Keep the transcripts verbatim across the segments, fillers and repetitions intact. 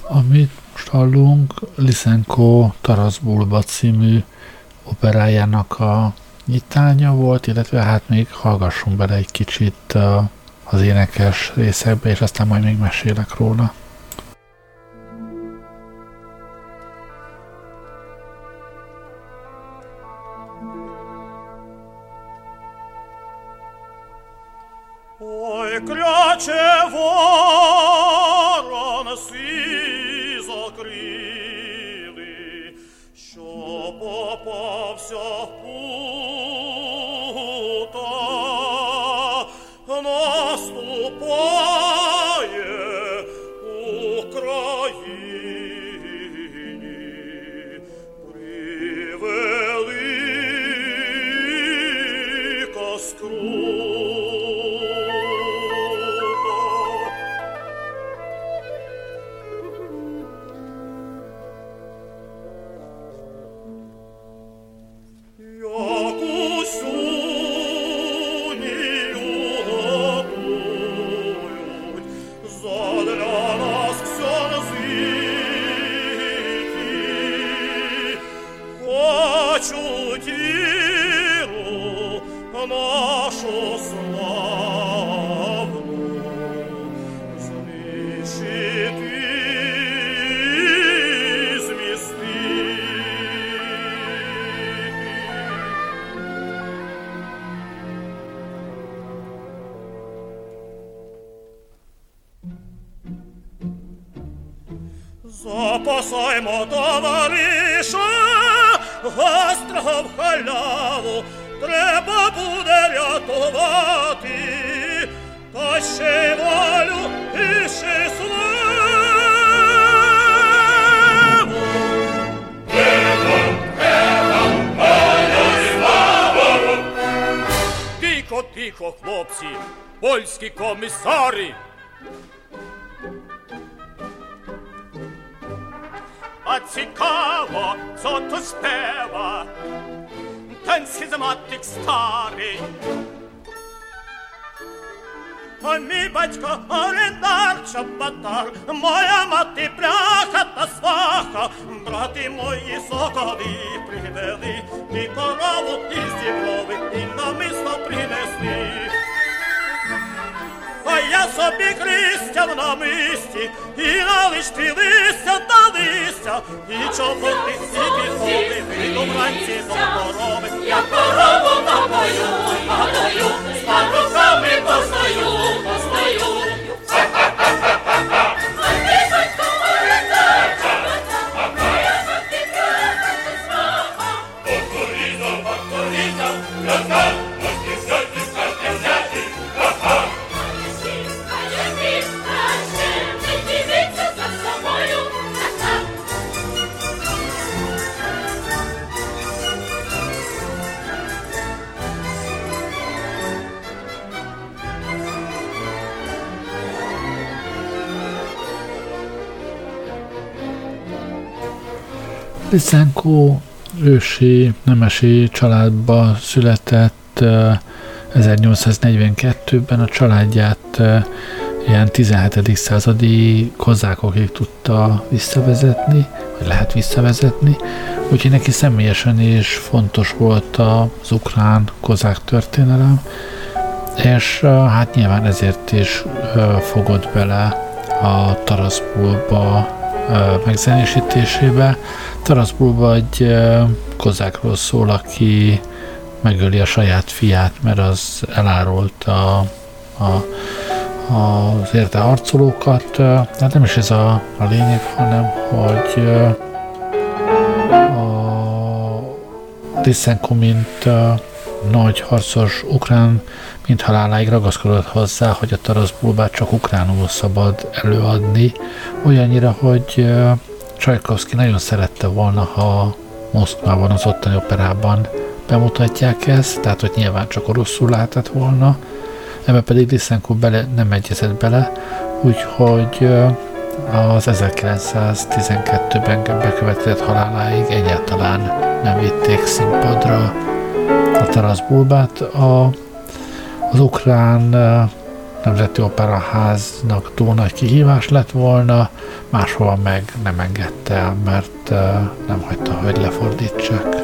Amit most hallunk, Lysenko Taras Bulba című operájának a nyitánya volt, illetve hát még hallgassunk bele egy kicsit az énekes részekbe, és aztán majd még mesélek róla. Ой, кряче ворон си закрили, що попався в пута, наступає Україні превелика скрута. Нашу славну знищити і змістити. Запасаймо, товариша, гастрого в халяву, треба буде рятувати, та ще й волю і ще й славу. Треба, треба, волю і славу. Тихо, тихо, хлопці, польські комісари. А цікаво, co tu śpiewa ten schizmatyk stary. A mi батько орендар, чоботар, моя мати пряха та сваха, брати мої соколи привели, і корову, і зіброви, і намисто принесли. А я собі христя в намисті, і на лишті листя та листя, і чоботи, і підходи, і вранці до корови. Я корову напою, напою, з паруками постою, постою. А ти батько орендар, чоботар, моя мати пряха та сваха. Покорізо, покорізо, розгад, можна взяти, можна взяти, ха-ха. Lysenko ősi nemesi családba született ezernyolcszáznegyvenkettőben, a családját ilyen tizenhetedik századi kozákokig tudta visszavezetni, vagy lehet visszavezetni, úgyhogy neki személyesen is fontos volt az ukrán kozák történelem, és hát nyilván ezért is fogott bele a Taras Bulba megzenésítésébe. Taras Bulba egy kozákról szól, aki megöli a saját fiát, mert az elárulta a, az érte harcolókat. Hát nem is ez a, a lényeg, hanem hogy a Lysenko, mint a nagy harcos ukrán, mint haláláig ragaszkodott hozzá, hogy a Taras Bulbát csak ukránul szabad előadni, olyannyira, hogy Csajkovszky nagyon szerette volna, ha Moszkvában, az ottani operában bemutatják ezt, tehát hogy nyilván csak oroszul lehetett volna, ebbe pedig Lysenko bele, nem egyezett bele, úgyhogy az ezerkilencszáztizenkettőben bekövetkezett haláláig egyáltalán nem vitték színpadra a Taras Bulbát. A, az ukrán Nemzeti Operaháznak túl nagy kihívás lett volna, máshol meg nem engedte el, mert nem hagyta, hogy lefordítsák.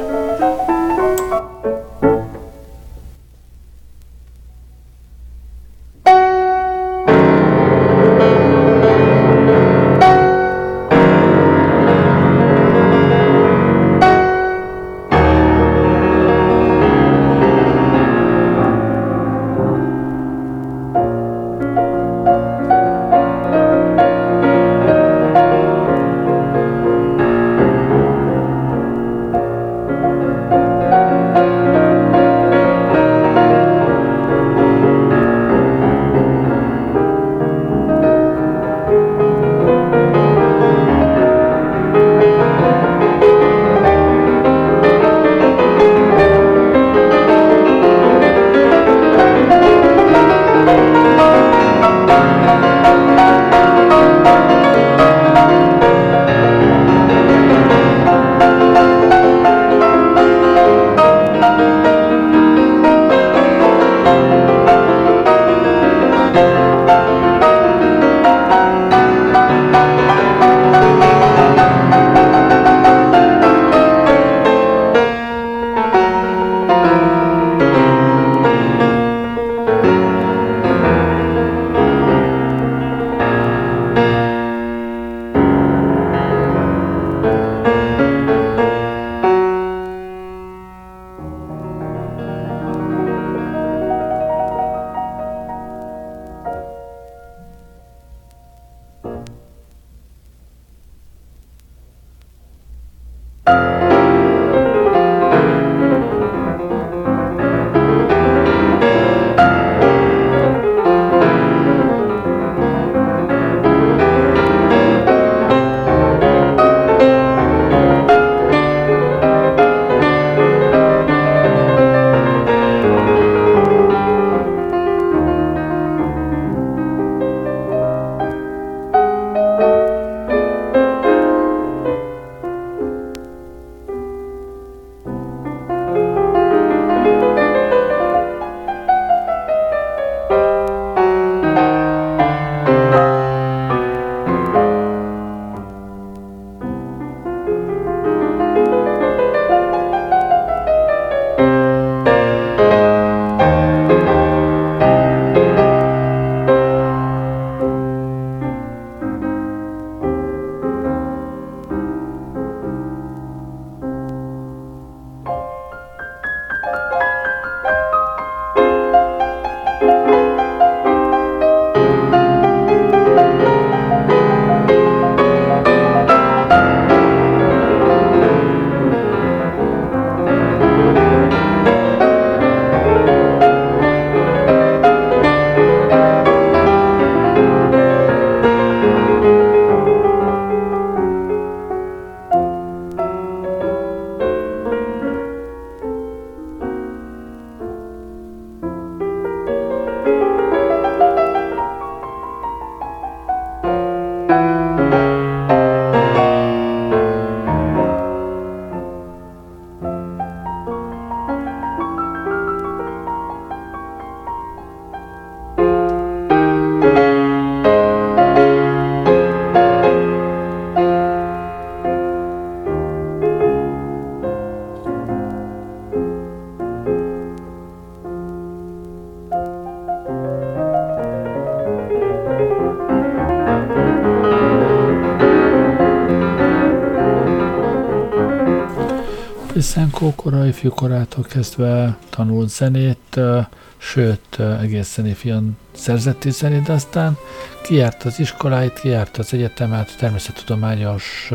Lyszenko kora ifjúkorától kezdve tanult zenét, sőt, egészen ifjan szerzett is zenét, de aztán kijárt az iskoláit, kijárt az egyetemet, természettudományos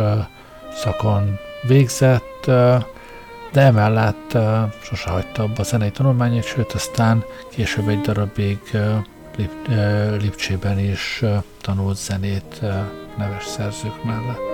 szakon végzett, de emellett sose hagyta abba a zenei tanulmányait, sőt, aztán később egy darabig Lip- Lipcsében is tanult zenét neves szerzők mellett.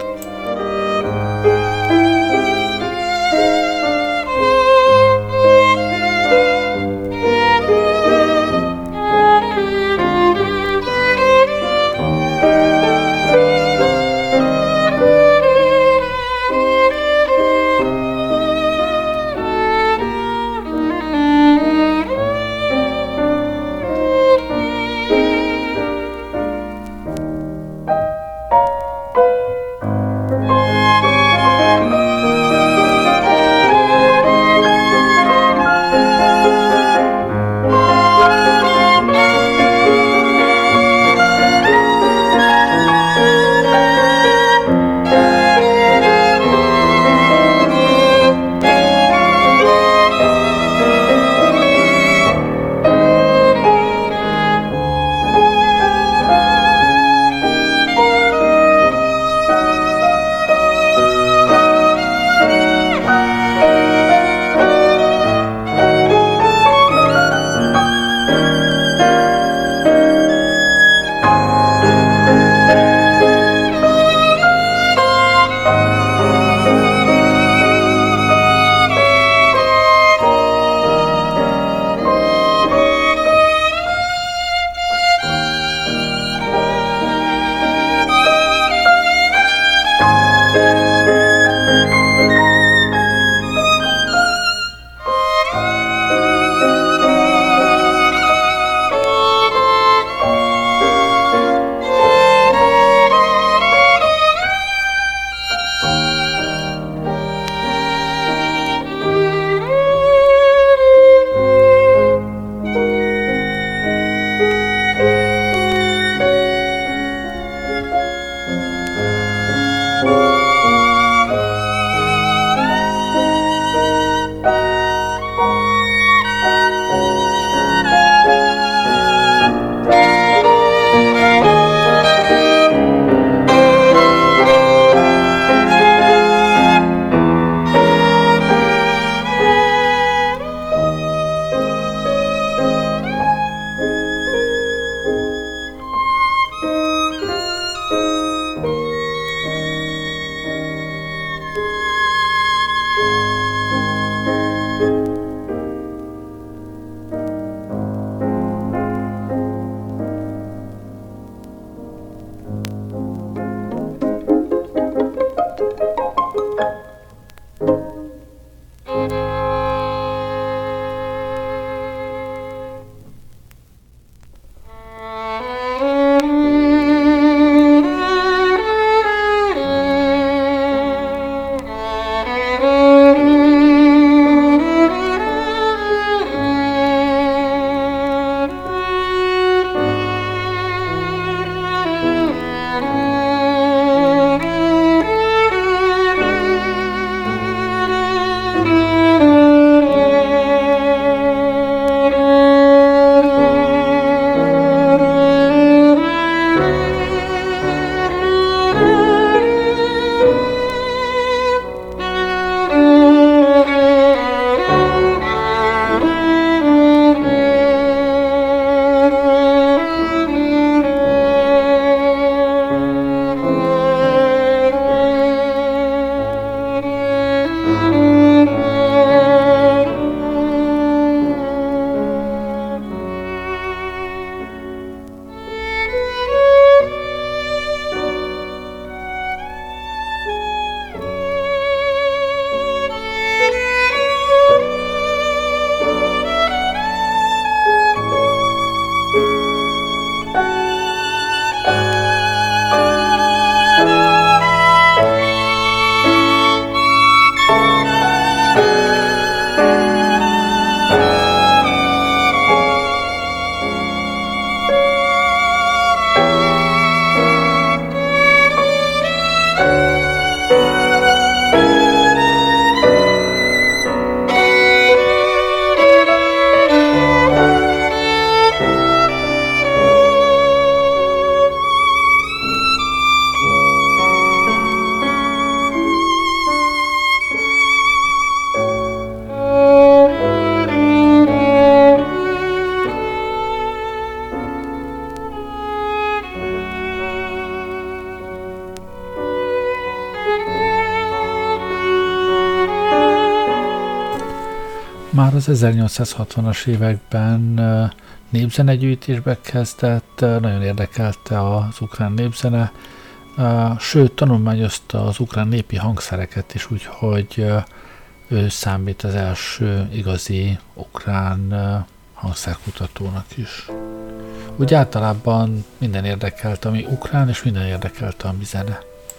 Már az ezernyolcszázhatvanas években népzenegyűjtésbe kezdett, nagyon érdekelte az ukrán népzene, sőt tanulmányozta az ukrán népi hangszereket is, úgyhogy ő számít az első igazi ukrán hangszerkutatónak is. Úgy általában minden érdekelte, ami ukrán, és minden érdekelte, ami zene.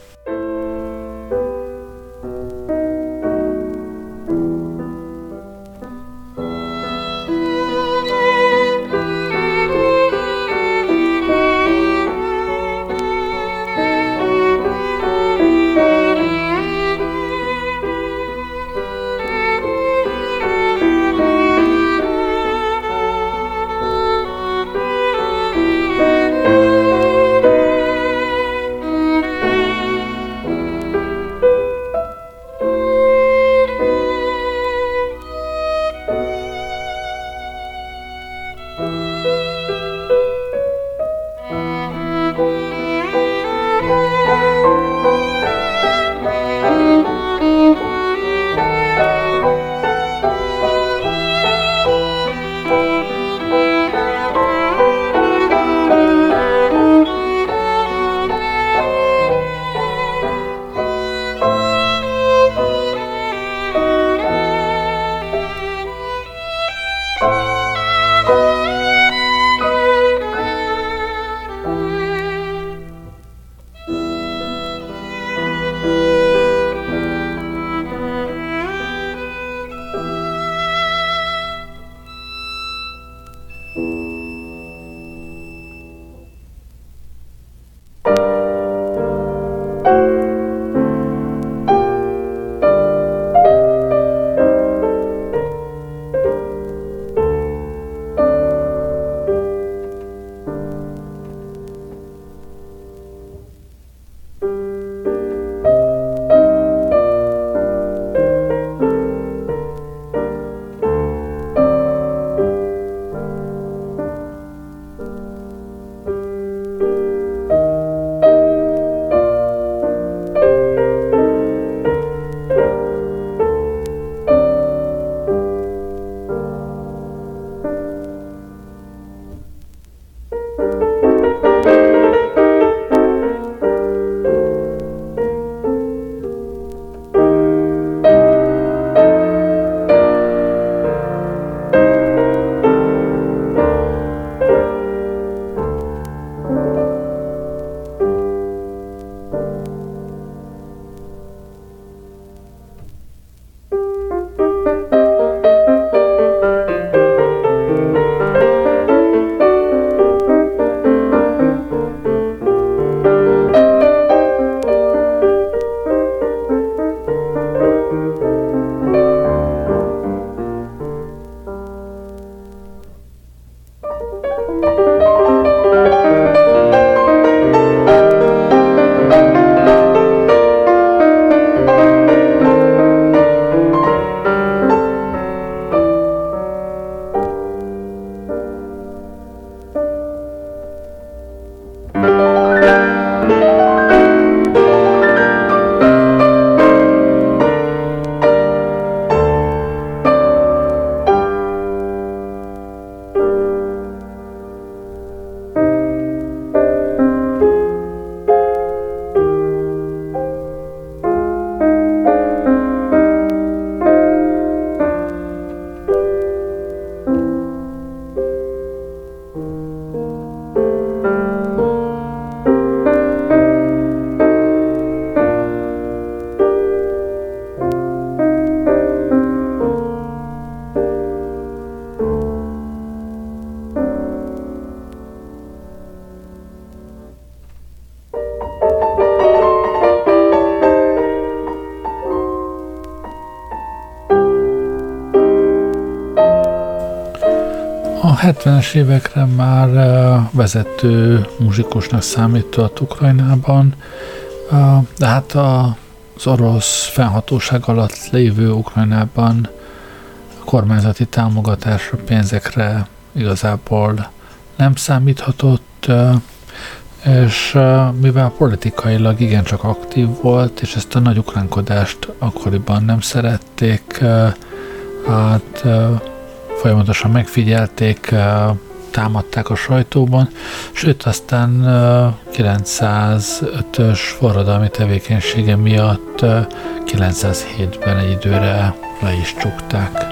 A hetvenes évekre már vezető muzsikusnak számított Ukrajnában, de hát az orosz fennhatóság alatt lévő Ukrajnában kormányzati támogatásra, pénzekre igazából nem számíthatott, és mivel politikailag igencsak aktív volt, és ezt a nagy ukránkodást akkoriban nem szerették, hát folyamatosan megfigyelték, támadták a sajtóban, sőt aztán kilencszázötös forradalmi tevékenysége miatt kilencszázhétben egy időre le is csukták.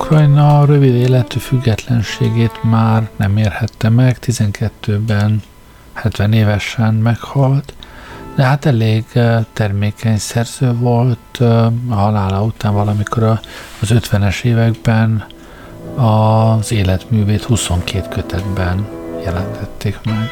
Ukrajna rövid életű függetlenségét már nem érhette meg, tizenkettőben hetven évesen meghalt, de hát elég termékeny szerző volt, a halála után valamikor az ötvenes években az életművét huszonkét kötetben jelentették meg.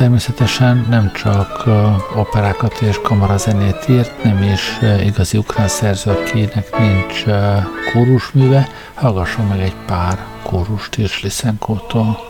természetesen nem csak operákat és kamarazenét írt, nem is igazi ukrán szerző, akinek nincs kórusműve. Hallgasson meg egy pár kórust is Lyszenkótól.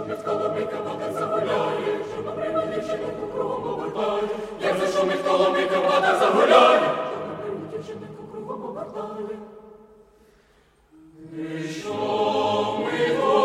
шумить коломийка, вода загуляє, що на приводі дівчинку кругом обертає. Як зашумить коломийка, вода загуляє, що на приводі дівчинку кругом обертає. І що ми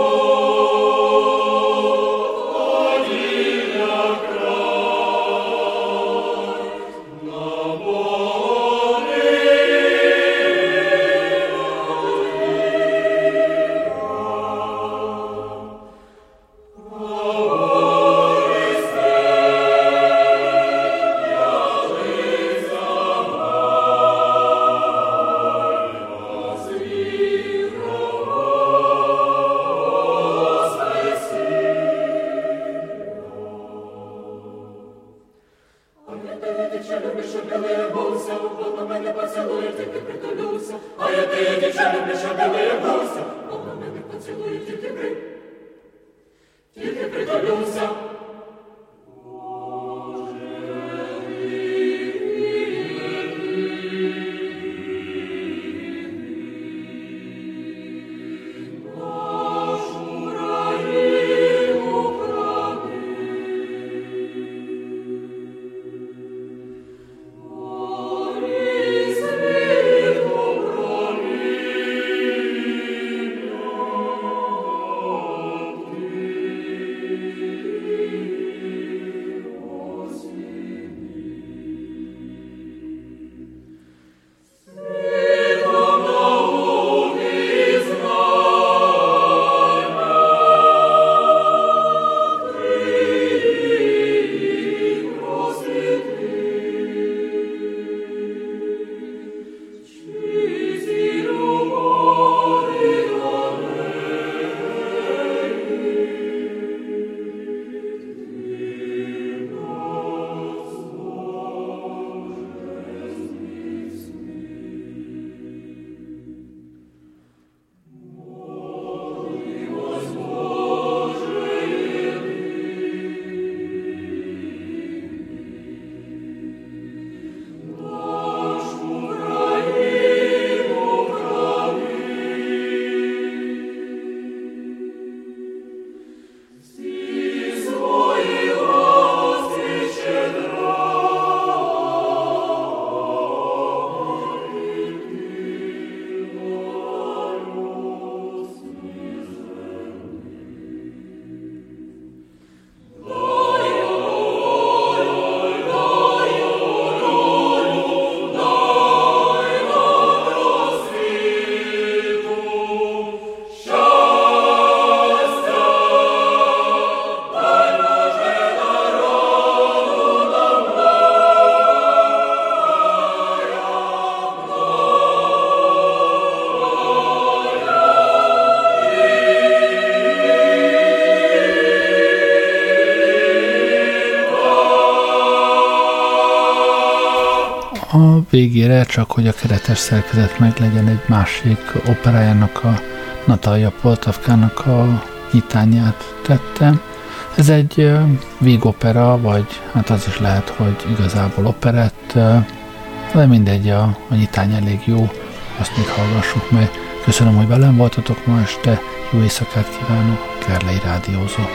A végére, csak hogy a keretes szerkezet meglegyen, egy másik operájának, a Natalja Poltavkának a nyitányát tettem. Ez egy vígopera, vagy hát az is lehet, hogy igazából operett, de mindegy, a, a nyitány elég jó, azt még hallgassuk meg. Köszönöm, hogy velem voltatok ma este, jó éjszakát kívánok, Gerlei rádiózott.